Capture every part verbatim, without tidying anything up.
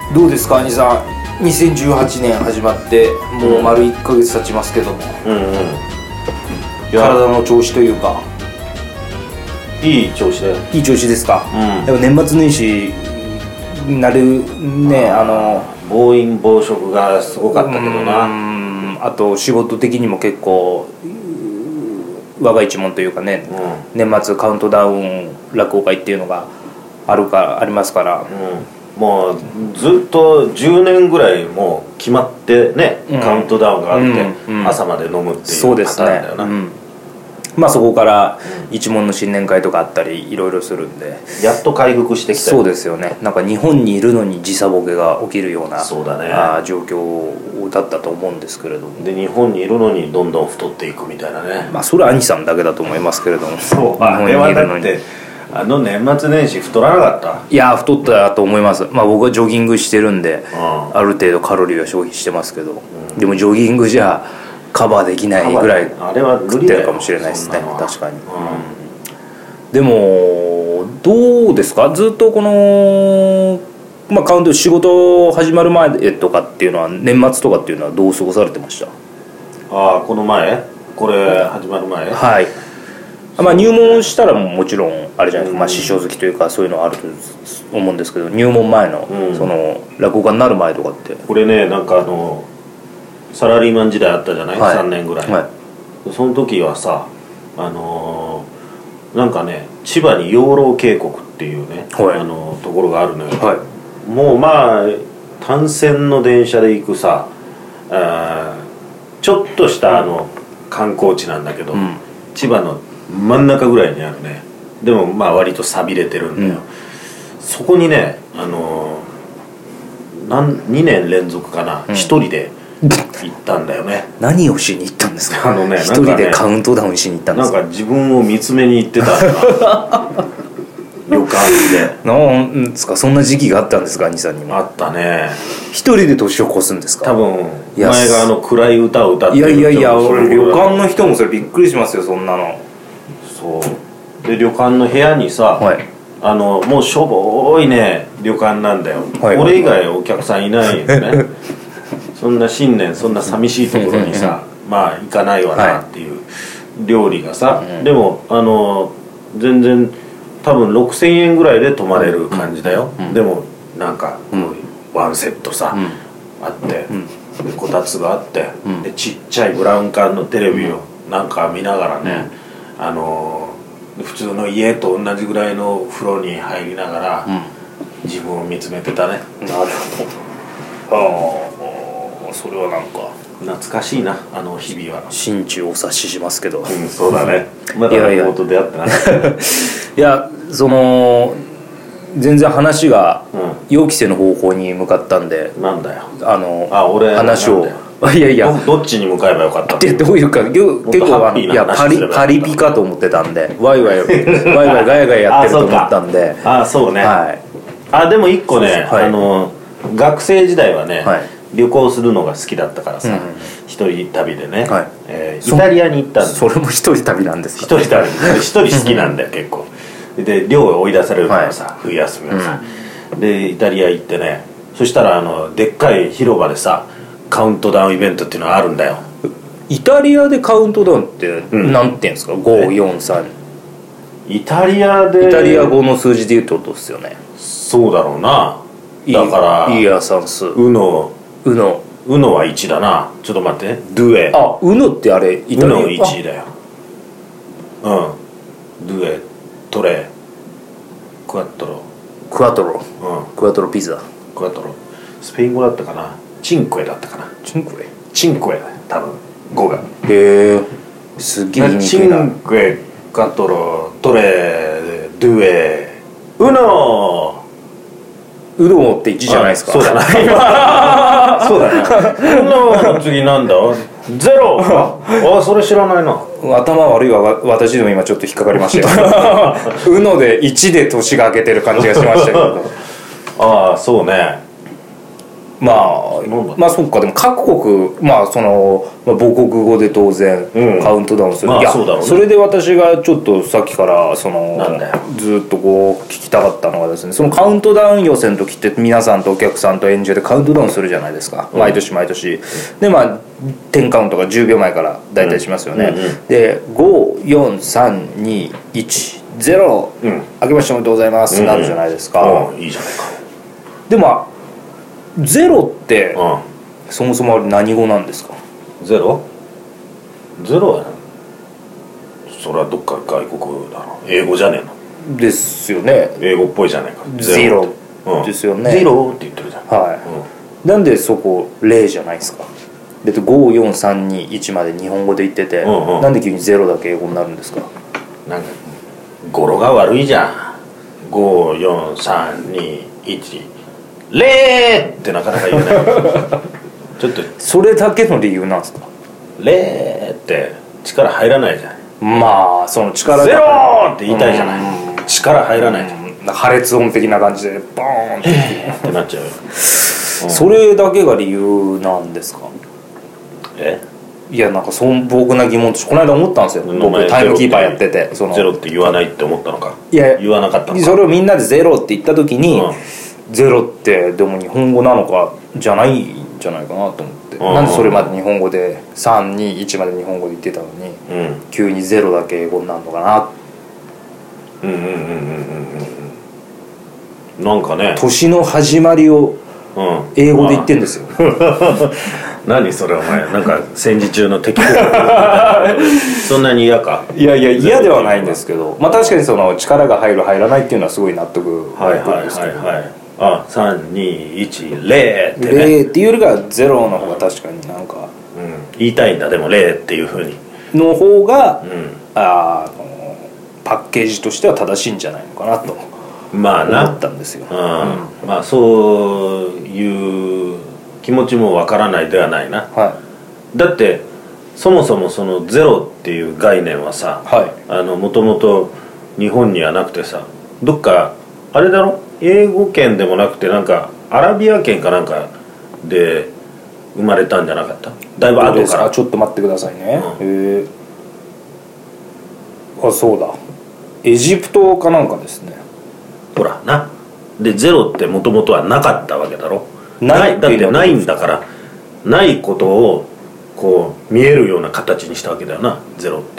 どうですか兄さん、にせんじゅうはちねん始まってもう丸いっかげつ経ちますけども、 うんうん、 体の調子というかいい調子だよ。 いい調子ですか、 うん、 でも年末年始になるね、あの暴飲暴食がすごかったけどな。 うん、あと仕事的にも結構我が一門というかね、うん、年末カウントダウン落語会っていうのがあるかありますから、 うん、もうずっとじゅうねんぐらいもう決まってね、うん、カウントダウンがあって、うんうん、朝まで飲むっていうパターンだよな。そうですね、うん、 まあそこから一門の新年会とかあったりいろいろするんで、 やっと回復してきた。 そうですよね。なんか日本にいるのに時差ボケが起きるような、 そうだね、 あ状況だったと思うんですけれども、 で日本にいるのにどんどん太っていくみたいなね。 まあそれは兄さんだけだと思いますけれども、 そうあれはだってあの年末年始太らなかった？ いや太ったと思います。まあ僕はジョギングしてるんで、うん、ある程度カロリーは消費してますけど、うん、でもジョギングじゃカバーできないぐらい食ってるかもしれないですね。確かに、うん、でもどうですか、ずっとこの、まあ、カウント仕事始まる前とかっていうのは、年末とかっていうのはどう過ごされてました？ ああこの前これ始まる前、 はい、まあ、入門したらもちろんあれじゃないですか、うん、まあ、師匠好きというかそういうのはあると思うんですけど、入門前の、うん、その落語家になる前とかって、 これね、なんかあのサラリーマン時代あったじゃない、はい、さんねんぐらい、はい、その時はさ、あのー、なんかね千葉に養老渓谷っていうね、はい、あのー、ところがあるのよ、はい、もうまあ単線の電車で行くさ、あちょっとしたあの観光地なんだけど、うん、千葉の真ん中ぐらいにあるね、でもまあ割と寂れてるんだよ、うん、そこにね、あのー、なんにねん連続かな、うん、一人で行ったんだよね。 何をしに行ったんですか？ あのね、 一人でカウントダウンしに行ったんですか？ なんか自分を見つめに行ってたんだ旅館で。 なんですか、そんな時期があったんですか、兄さんにも。 あったね。 一人で年を越すんですか？ 多分お前があの暗い歌を歌ってる。 いやいやいや、旅館の人もそれびっくりしますよ、そんなの。 そうで、旅館の部屋にさ、はい、あのもうしょぼいね旅館なんだよ、はい、俺以外お客さんいないよねそんな新年そんな寂しいところにさまあ行かないわなっていう料理がさ、はい、でもあの全然多分ろくせんえんぐらいで泊まれる感じだよ、うん、でもなんか、うん、ワンセットさ、うん、あって、うん、でこたつがあって、うん、でちっちゃいブラウン管のテレビをなんか見ながらね、うん、あの普通の家と同じぐらいの風呂に入りながら、うん、自分を見つめてたね。 なるほど。ああそれはなんか懐かしいな、あの日々は。 心中お察ししますけど、 うん、そうだね。まだ落語と出会ってない。 いや、その全然話が予期せぬ方向に向かったんで、 うん、なんだよあのあ俺話をいやいやど, どっちに向かえばよかったってどういうか、結構あのいやパリパリピかと思ってたんで、ワイワイワイワイガヤガヤやってると思ったんで、 あそうそうね、はい、あでも一個ね、はい、あの学生時代はね、はい、旅行するのが好きだったからさ、うん、一人旅でね、はい、えー、イタリアに行ったんです。 それも一人旅なんですか？ 一人旅一人好きなんだよ結構で寮を追い出されるからさ、はい、冬休みはさ、うん、でイタリア行ってね、そしたらあのでっかい広場でさカウントダウンイベントっていうのがあるんだよ。 イタリアでカウントダウンって何て言うんですか？ご、よん、さん。 イタリアでイタリア語の数字で言うってことですよね。 そうだろうな。だからイヤ算数、 ウノウノウノはいちだな。ちょっと待って、ドゥエ。 あ、ウノってあれイタリアウノいちだよ。うん、ドゥエ、トレ、クワットロクワトロ、 うん、 クワトロピザ、 クワトロ、スペイン語だったかな、チンクエだったかな。 チンクエチンクエ多分語が。 へえ、すげえ意味チンクエ、クワトロ、トレ、ドゥエ、ウノウノっていちじゃないですか。 そうだなそうだな。ウノの次なんだ、ゼロあ、それ知らないな。 頭悪いわ、私でも今ちょっと引っかかりましたよウノでいちで年が明けてる感じがしましたけどああそうね。 まあまあそっか。でも各国まあその、まあ、母国語で当然カウントダウンする、うん、いや、まあ そうだろうね、それで私がちょっとさっきからそのずっとこう聞きたかったのがですね、そのカウントダウン予選の時って皆さんとお客さんと演者でカウントダウンするじゃないですか、うん、毎年毎年で、まあじゅうカウントがじゅうびょうまえから大体しますよね、うんうんうん、でご、よん、さん、に、いち、ゼロ、うん、明けましておめでとうございますってなるじゃないですか、 うんうん、いいじゃないか。 でもゼロって、うん、そもそも何語なんですか？ ゼロ？ゼロはね、それはどっか外国だろう。英語じゃねえのですよね。 英語っぽいじゃないか。 ゼロですよね。 ゼロって言ってるじゃん。 はい、うん、なんでそこゼロじゃないですか。だってご、よん、さん、に、いちまで日本語で言ってて、うんうん、なんで急にゼロだけ英語になるんですか？ なんか語呂が悪いじゃん。ご、よん、さん、に、いちレーってなかなか言えないちょっとそれだけの理由なんですか？ レーって力入らないじゃん。 まあその力ゼローって言いたいじゃない。力入らないじゃん。 破裂音的な感じでボーンってってなっちゃうよ、うん、 それだけが理由なんですか？ えいやなんか素朴な疑問としてこの間思ったんですよ。僕タイムキーパーやってて、 そのゼロって言わないって思ったのか。 いや言わなかったのか。 それをみんなでゼロって言った時に、うん、ゼロってでも日本語なのかじゃないんじゃないかなと思って、うん、なんでそれまで日本語でさん、に、いちまで日本語で言ってたのに、うん、急にゼロだけ英語になるのかな。 うんうんうんうんうんうん。なんかね年の始まりを英語で言ってんですよ、うん何それお前なんか戦時中の敵そんなに嫌か？ いやいや嫌ではないんですけど、まあ確かにその力が入る入らないっていうのはすごい納得はいはいはいはい。あ、さん、に、いち、ゼロってね。 ゼロっていうよりかゼロの方が確かになんか、 うん、言いたいんだ。でもゼロっていうふうにの方が、うん、あのパッケージとしては正しいんじゃないのかなとまあな思ったんですよ、 うんうん、まあそういう気持ちもわからないではないな、はい、だってそもそもそのゼロっていう概念はさ、はい、あのもともと日本にはなくてさ、どっかあれだろ、英語圏でもなくてなんかアラビア圏かなんかで生まれたんじゃなかった？だいぶ後から。 ちょっと待ってくださいね、うん、へえ、あ、そうだ、エジプトかなんかですね。 ほらな、でゼロってもともとはなかったわけだろ。ないだってないんだから、ないことをこう見えるような形にしたわけだよな、ゼロって。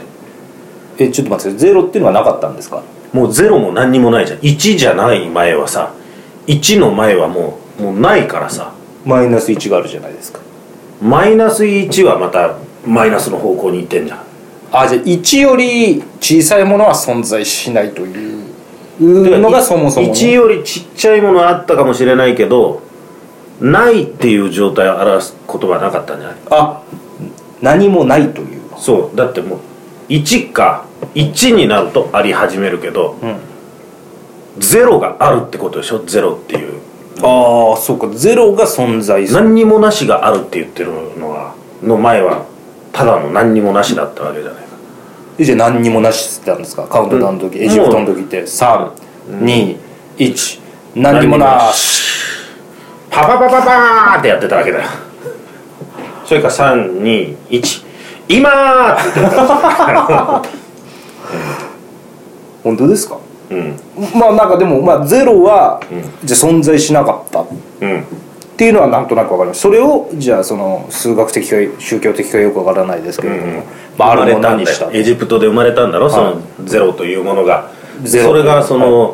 え、ちょっと待って、ゼロっていうのはなかったんですか？ もうゼロも何にもないじゃん。いちじゃない前はさ、いちの前はもうもうないからさ。 マイナスいちがあるじゃないですか。 マイナスいちはまたマイナスの方向にいってんじゃん。 あ、じゃあいちより小さいものは存在しないというのがそもそも、ね、 いちよりちっちゃいものはあったかもしれないけど、ないっていう状態を表す言葉はなかったんじゃない？ あ、何もないという。 そうだってもういちかいちになるとあり始めるけど、うん、ゼロがあるってことでしょ、ゼロっていう。 ああ、そうか、ゼロが存在する。 何にもなしがあるって言ってるのはの前はただの何にもなしだったわけじゃないか。 え、じゃあ何にもなしって言ったんですか？カウントダウンの時、うん、エジプトの時ってさん、に、いち、何にもなし、 パパパパパーってやってたわけだよ。それからさん、に、いち、今ーって言ってた。 本当ですか？ うん、 まあなんかでも、まあ、ゼロは、うん、じゃあ存在しなかった、うん、っていうのはなんとなく分かります。それをじゃあその数学的か宗教的かよく分からないですけれども、うん、まあ、あるものにした。 エジプトで生まれたんだろ、はい、そのゼロというものが。それがその、はい、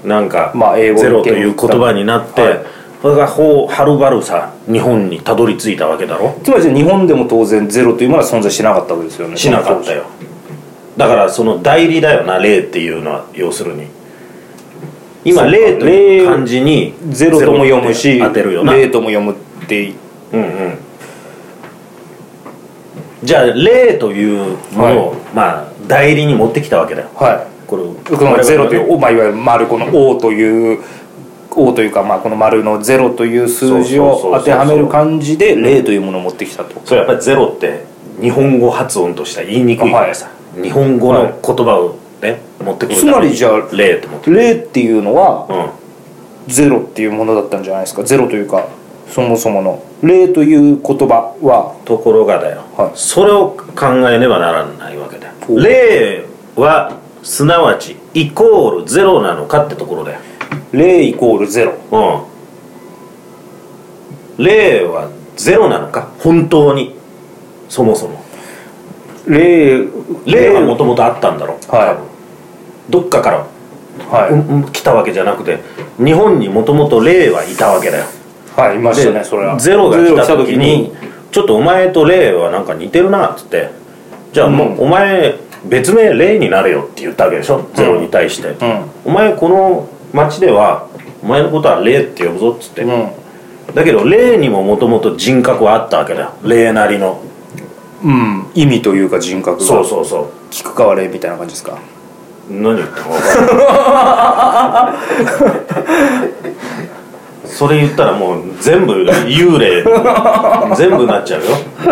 なんか、まあ、英語ゼロという言葉になって、はい、それがほうはるばるさ日本にたどり着いたわけだろ。 つまり日本でも当然ゼロというものは存在しなかったわけですよね。 しなかったよ。だからその代理だよな、ゼロっていうのは。要するに今ゼロという漢字にゼロとも読むし、 当てるよな。 ゼロとも読むってうんうん。じゃあゼロというものを、はい、まあ代理に持ってきたわけだよ。 はい。これこのゼロという、まあ、いわゆる丸この O という O というか、まあ、この丸のゼロという数字を当てはめる感じでゼロというものを持ってきたと。 そう、やっぱりゼロって日本語発音としては言いにくいからさ、はい、日本語の言葉をね、持ってくるためにつまりじゃあゼロって持ってくる。 ゼロっていうのは、うん、ゼロっていうものだったんじゃないですか。ゼロというかそもそもの霊という言葉は。 ところがだよ、はい、それを考えねばならないわけだよ。霊はすなわちイコールゼロなのかってところだよ。 霊イコールゼロ。 うん。霊はゼロなのか本当に。そもそも霊霊はもともとあったんだろう、はい、多分どっかから、はいうん、来たわけじゃなくて日本にもともと霊はいたわけだよ。 はい、いましたね。それはゼロが来た時にちょっとお前と霊はなんか似てるなっつって、じゃあもう、うん、お前別名霊になれよって言ったわけでしょ、うん、ゼロに対して、うん、お前この町ではお前のことは霊って呼ぶぞっつって、うん、だけど霊にももともと人格はあったわけだよ、霊なりの、 うん、意味というか人格が。 そうそうそう、 菊川霊みたいな感じですか。 何言っても分かるそれ言ったらもう全部幽霊全部になっちゃうよ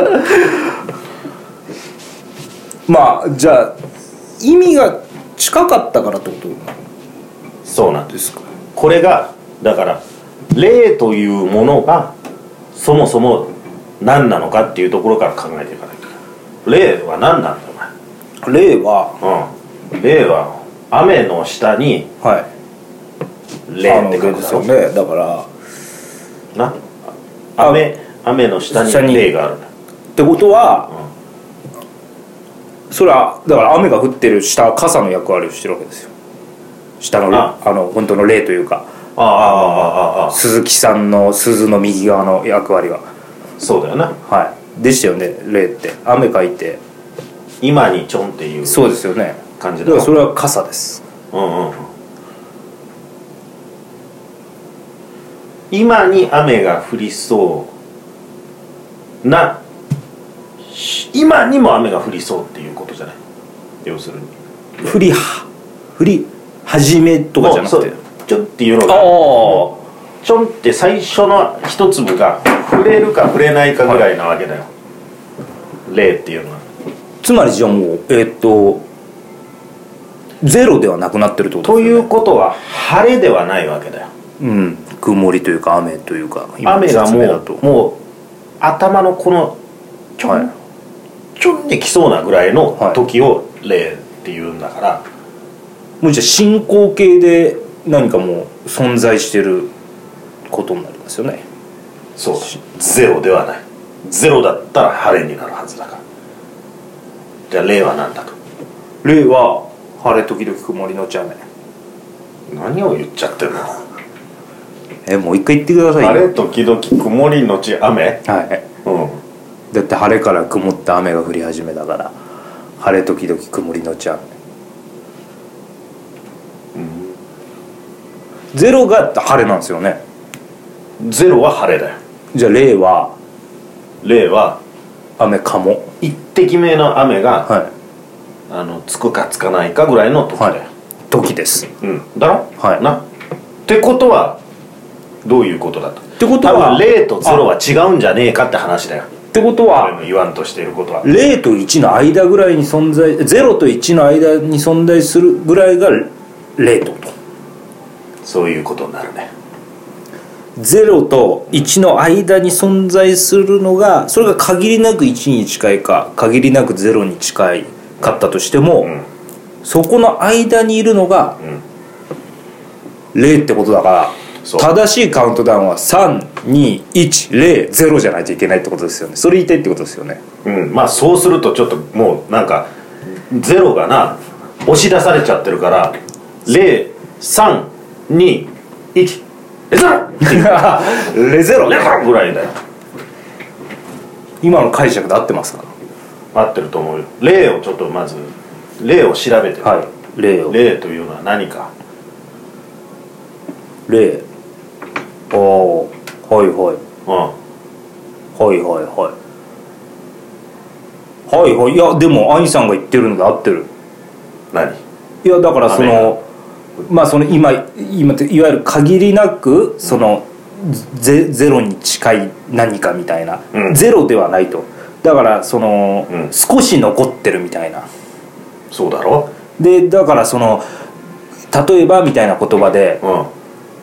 まあじゃあ意味が近かったからってこと。 そうなんですか。これがだから霊というものがそもそも何なのかっていうところから考えていかないと。霊は何なんだお前。霊は、 うん、霊は雨の下に、はい、霊って書くですよね。 だからな 雨, 雨の下に霊があるってことは、うん、それはだから雨が降ってる下傘の役割をしてるわけですよ。下のああの本当の霊というか、あああああ鈴木さんの鈴の右側の役割はそうだよな。 はいでしたよね。霊って雨かいて今にちょんっていうそうですよね感じだ。 だからそれは傘です。うんうん。 今に雨が降りそうな、今にも雨が降りそうっていうことじゃない。要するに降りは降り始めとかじゃなくてちょんっていうのがちょんって最初の一粒が触れるか触れないかぐらいなわけだよ、はい、霊っていうのは。 つまりじゃあもうえー、っとゼロではなくなってるってことですよね。 ということは晴れではないわけだよ。 うん、曇りというか雨というか雨がもうもう頭のこのちょん、はい、ちょんできそうなぐらいの時を霊っていうんだから、はい、 もうじゃあ進行形で何かもう存在してることになりますよね。 そう、ゼロではない。ゼロだったら晴れになるはずだから。じゃあ霊は何だと。 霊は晴れ時々曇りのち雨。 何を言っちゃってるのえもう一回言ってくださいよ。 晴れ時々曇りのち雨。はい、 うん、だって晴れから曇った雨が降り始めだから晴れ時々曇りのち雨、うん、ゼロが晴れなんですよね。 ゼロは晴れだよ。 じゃあ霊は霊は雨かも。 一滴目の雨が、はい、あのつくかつかないかぐらいの時だよ、はい、 時です、 うん、だろ、はい、なってことはどういうことだと。 ってことは多分霊とゼロは違うんじゃねえかって話だよ。 ってことは俺の言わんとしていることはゼロといちの間ぐらいに存在、ゼロといちの間に存在するぐらいが霊ととそういうことになるね。 ゼロといちの間に存在するのがそれが限りなくいちに近いか限りなくゼロに近いかったとしても、うん、そこの間にいるのが霊ってことだから、正しいカウントダウンはさんにいちゼロゼロじゃないといけないってことですよね。それ言いたいってことですよね。 うん、まあそうするとちょっともうなんかゼロがな押し出されちゃってるからゼロ さん に いちレゼロレゼロレゼロぐらいだよ。 今の解釈で合ってますか。 合ってると思うよ。霊をちょっとまず霊を調べて、 はい、霊を霊というのは何か。 霊ああはいはい、うん、はいはいはいはいはい。いやでも兄さんが言ってるので合ってる。 何。 いやだからそのまあその今今いわゆる限りなくそのゼ、ゼロに近い何かみたいな、うん、ゼロではないと。だからその、うん、少し残ってるみたいな。 そうだろ。 でだからその例えばみたいな言葉で、うん、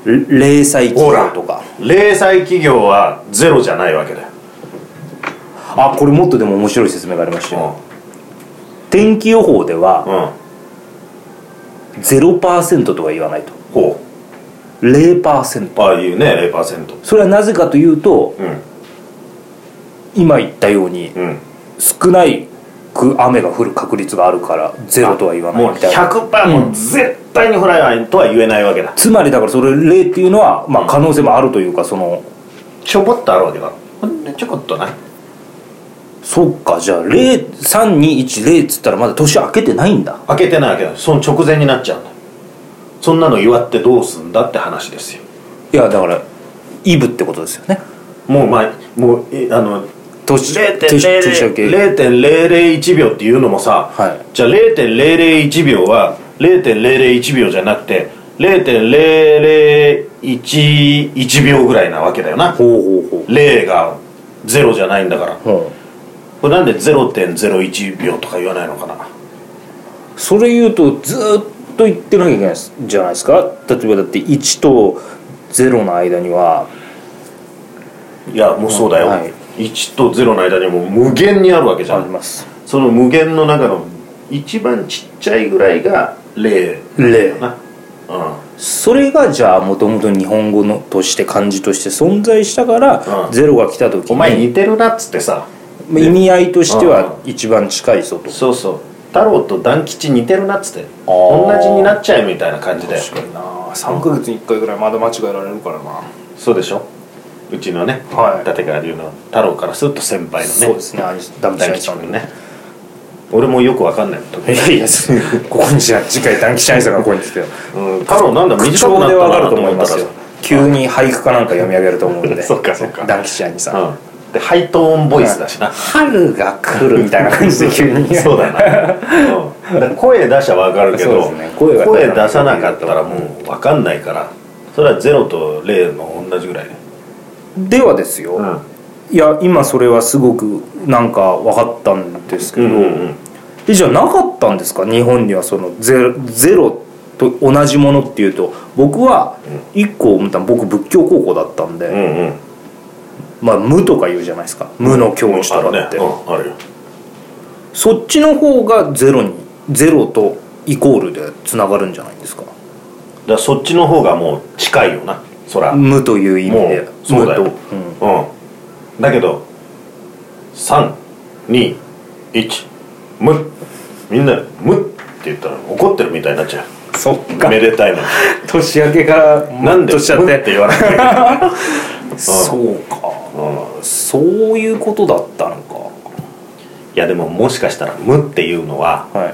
零細企業とか。 零細企業はゼロじゃないわけだよ。 あ、これもっとでも面白い説明がありましたよ、うん、天気予報では、うん、ゼロパーセントとは言わないと。 ほう ゼロパーセント。 ああいうね ゼロパーセント。 それはなぜかというと、うん、今言ったように、うん、少ないく雨が降る確率があるからゼロとは言わないみたいな。 もう ひゃくパーセント、もう絶対に降らないとは言えないわけだ。 つまりだからそれゼロっていうのは、まあ、可能性もあるというか、そのちょこっとあるわけだ。ほんでちょこっとな。 そっか、じゃあゼロさんにいちゼロっつったらまだ年明けてないんだ。 明けてないわけだ。その直前になっちゃうんだ。そんなの祝ってどうすんだって話ですよ。 いやだからイブってことですよね。 もうまあもうあの年ゼロてんゼロゼロいちびょうっていうのもさ、はい、じゃあ ゼロてんゼロゼロいちびょうは ゼロてんゼロゼロいちびょうじゃなくて ゼロてんゼロゼロいちびょうぐらいなわけだよな。 ほうほうほう。 ゼロがゼロじゃないんだから、ほう。これなんで ゼロてんゼロいちびょうとか言わないのかな。 それ言うとずっと言ってなきゃいけないじゃないですか。例えばだっていちとゼロの間には、 いやもうそうだよ、はい、いちとゼロの間にもう無限にあるわけじゃん。 あります。 その無限の中の一番ちっちゃいぐらいがゼロゼロな、うん、それがじゃあもともと日本語のとして漢字として存在したから、うん、ゼロが来た時にお前似てるなっつってさ、 意味合いとしては一番近いぞと、うん、 そうそう、太郎と団吉似てるなっつって同じになっちゃえみたいな感じで。 確かにな。さんかげつにいっかいぐらいまだ間違えられるからな。 そうでしょ。うちのね、はい、立川流の太郎からすると先輩のね。 そうですね、団吉さんのね。 俺もよくわかんないいやいやここにじゃ次回団吉さんがここに来て、 うん、太郎なんだ短くなったなと思ったら急に俳句かなんか読み上げると思うんでそっかそっか、 団吉さん、うん、 でハイトーンボイスだしな、 春が来るみたいな感じで急にそうだな、うん、声出しゃ分かるけど、ね、声, 声出さなかったらもう分かんないから、それはゼロとゼロの同じぐらいね。 ではですよ、うん、いや今それはすごくなんか分かったんですけど、うんうんうん、えじゃあなかったんですか日本にはそのゼロ、ゼロと同じものっていうと。僕はいっこ思ったの、僕仏教高校だったんで、うんうん、まあ無とか言うじゃないですか、無の境地とかって、うんうん、あるよ。そっちの方がゼロにゼロとイコールでつながるんじゃないですか。だからそっちの方がもう近いよな、そら無という意味で。 そうだよ、うんうん、だけどさんにいち無、みんなで無って言ったら怒ってるみたいになっちゃう。 そっか、 めでたいのに年明けからなんで無って言わないそうか、うん、そういうことだったのか。 いやでももしかしたら無っていうのは、はい、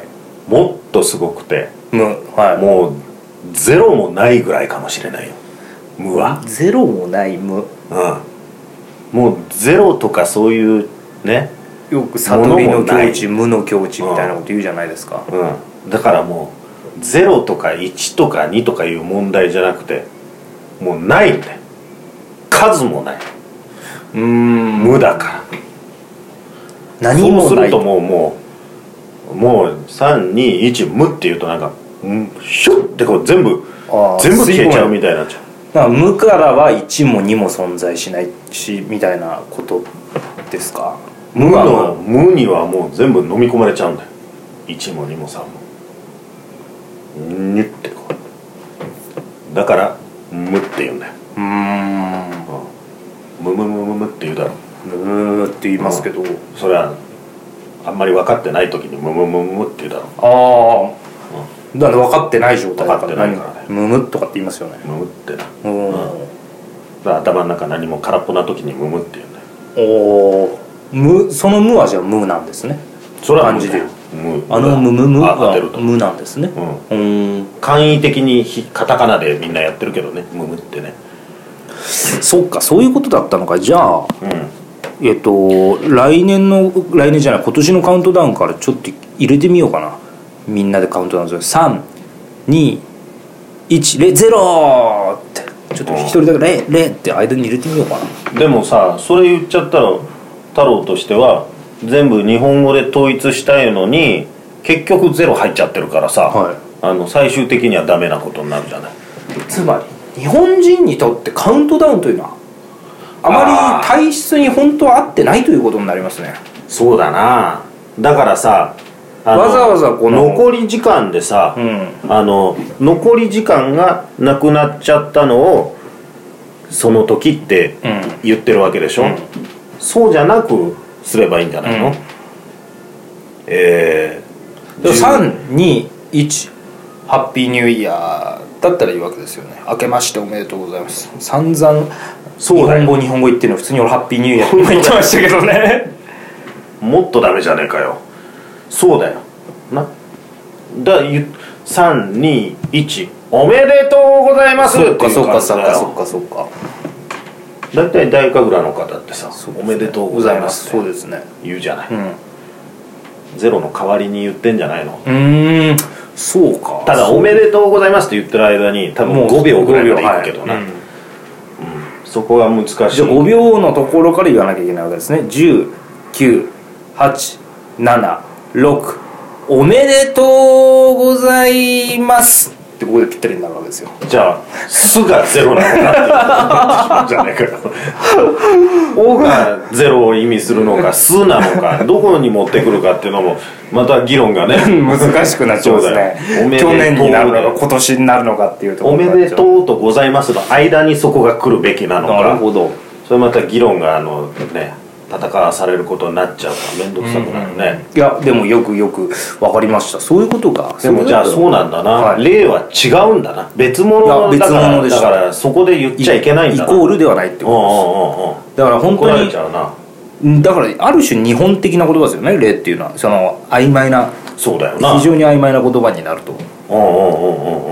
もっとすごくて無、はい、 もうゼロもないぐらいかもしれないよ無は。 ゼロもない無、うん、 もうゼロとかそういうね、 よく悟りの境地無の境地みたいなこと言うじゃないですか、 うんうん、だからもうゼロとかいちとかにとかいう問題じゃなくてもうないんだよ、数もない。うーん無だから何もない。そうするともうもうもうさんにいち無っていうとなんかシュッてこう全部全部消えちゃうみたいになっちゃう。 だから無からはいちもにも存在しないしみたいなことですか。 無の無にはもう全部飲み込まれちゃうんだよ。いちもにもさんもニュッてこうだから無って言うんだよ。うーん、無無無無無って言うだろ。 無無って言いますけど、うん、 それはあんまり分かってない時に無無無無って言うだろ。 ああ、うん、だから分かってない状態だから何からね無無とかって言いますよね。 無無ってな、うん、だから頭の中何も空っぽな時に無無って言うんだよ。おお、無、その無はじゃあ無なんですね。 それは無だよ。 あの無無無は無なんですね、 うん、うん簡易的にカタカナでみんなやってるけどね、無無ってね。 そっか、そういうことだったのか。じゃあ、うん、えっと来年の来年じゃない今年のカウントダウンからちょっと入れてみようかな。みんなでカウントダウンするさんにいちゼロってちょっと一人だけゼロゼロって間に入れてみようかな。でもさ、それ言っちゃったら太郎としては全部日本語で統一したいのに結局ゼロ入っちゃってるからさ、はい、あの最終的にはダメなことになるじゃない。 つまり日本人にとってカウントダウンというのはあまり体質に本当は合ってないということになりますね。 そうだな。だからさ、 わざわざこの残り時間でさ、 うん、 あの残り時間がなくなっちゃったのをその時って言ってるわけでしょ、うん、そうじゃなくすればいいんじゃないの、うん、えー、さんにいちハッピーニューイヤーだったらいいわけですよね。明けましておめでとうございます。散々日本語日本語言ってるの普通に俺ハッピーニューイヤーって言ってましたけどねもっとダメじゃねえかよ。そうだよな。ださんにいちおめでとうございますっていう感じだよ。 そっかそっかそっかそっか。 だいたい大神楽の方ってさ、おめでとうございますそうですね言うじゃない、 うん、 ゼロの代わりに言ってんじゃないの。 うーん、そうか。 ただおめでとうございますって言ってる間に多分ごびょうぐらいまでいくけどな、はい、うんうん、そこは難しい。 じゃあごびょうのところから言わなきゃいけないわけですね。じゅう、きゅう、はち、なな、ろくおめでとうございますってここでぴったりになるわけですよ。 じゃあ「す」がゼロなのかってじゃないかよ「お」がゼロを意味するのか「す」なのかどこに持ってくるかっていうのもまた議論がね難しくなっちゃうんですね。去年になるのか今年になるのかっていうところ。 おめでとうとございますの間にそこが来るべきなのか。 なるほど。 それまた議論があのね戦わされることになっちゃうから面倒くさくなるね、 うん、いやでもよくよく分かりました。そういうことか。 でもじゃあそうなんだな、はい、例は違うんだな。別物だから別物でした。だからそこで言っちゃいけないんだな。 イコールではないってことです。だから本当に怒られちゃうな。だからある種日本的な言葉ですよね。例っていうのはその曖昧な、 そうだよな、 非常に曖昧な言葉になると、 うんうんうんうんうん、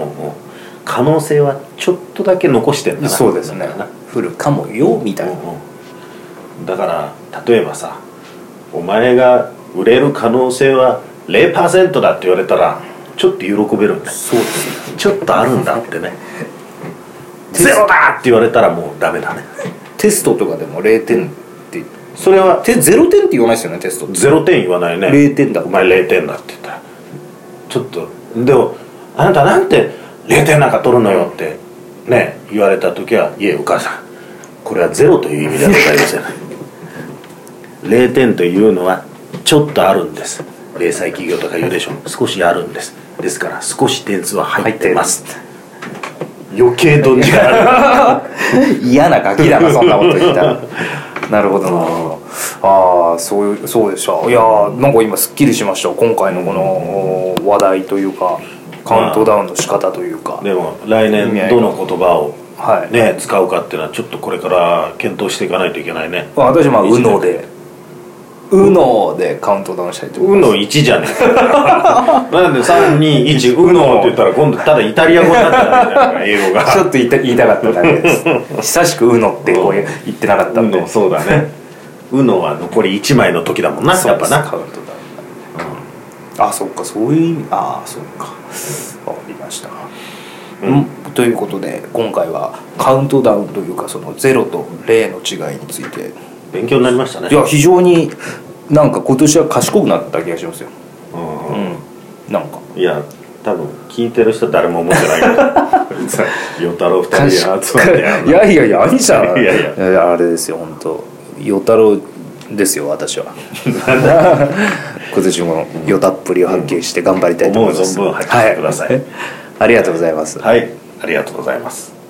可能性はちょっとだけ残してるんだな。 そうですね。降るかもよみたいな、うんうん、だから例えばさ、お前が売れる可能性は ゼロパーセント だって言われたらちょっと喜べるんだ。 そうですね。 ちょっとあるんだってねゼロだって言われたらもうダメだね。 テストとかでもれいてんってそれはゼロてんって言わないですよね。テストってゼロてん言わないね。 れいてんだ。 お前れいてんだって言ったらちょっとでもあなたなんてれいてんなんか取るのよってね言われた時は、いえお母さんこれはゼロという意味ではございませんれいてんというのはちょっとあるんです。零細企業とか言うでしょ。少しあるんです。ですから少し点数は入ってます。余計どんじがある嫌なガキだなそんなこと言ったらなるほどなるほど。ああそういうそうでした。いやなんか今すっきりしました。今回のこの話題というかカウントダウンの仕方というか。 でも来年どの言葉をね、はい、使うかっていうのはちょっとこれから検討していかないといけないね。 私はウノでウノでカウントダウンしたいと思います。 ウノいちじゃねえかなんでさんにいちウノって言ったら今度ただイタリア語になっちゃうじゃないか英語がちょっと言いた言いたかっただけです久しくウノってこう言ってなかったんで。 そうだねウノは残りいちまいの時だもんな。やっぱなカウントダウン、うん、あそっかそういう意味。ああそっかわかりました、うん、ということで今回はカウントダウンというかそのゼロとれいの違いについて勉強になりましたね。 いや非常になんか今年は賢くなった気がしますよ。うん、うん、なんかいや多分聞いてる人誰も思ってない与太郎ふたりで集まっていやいやいや兄さんいやいやいやあれですよ本当与太郎ですよ私は今年も与太っぷりを発揮して頑張りたいと思います。 思う存分発揮してください、はい、 ありがとうございます。 はいありがとうございます。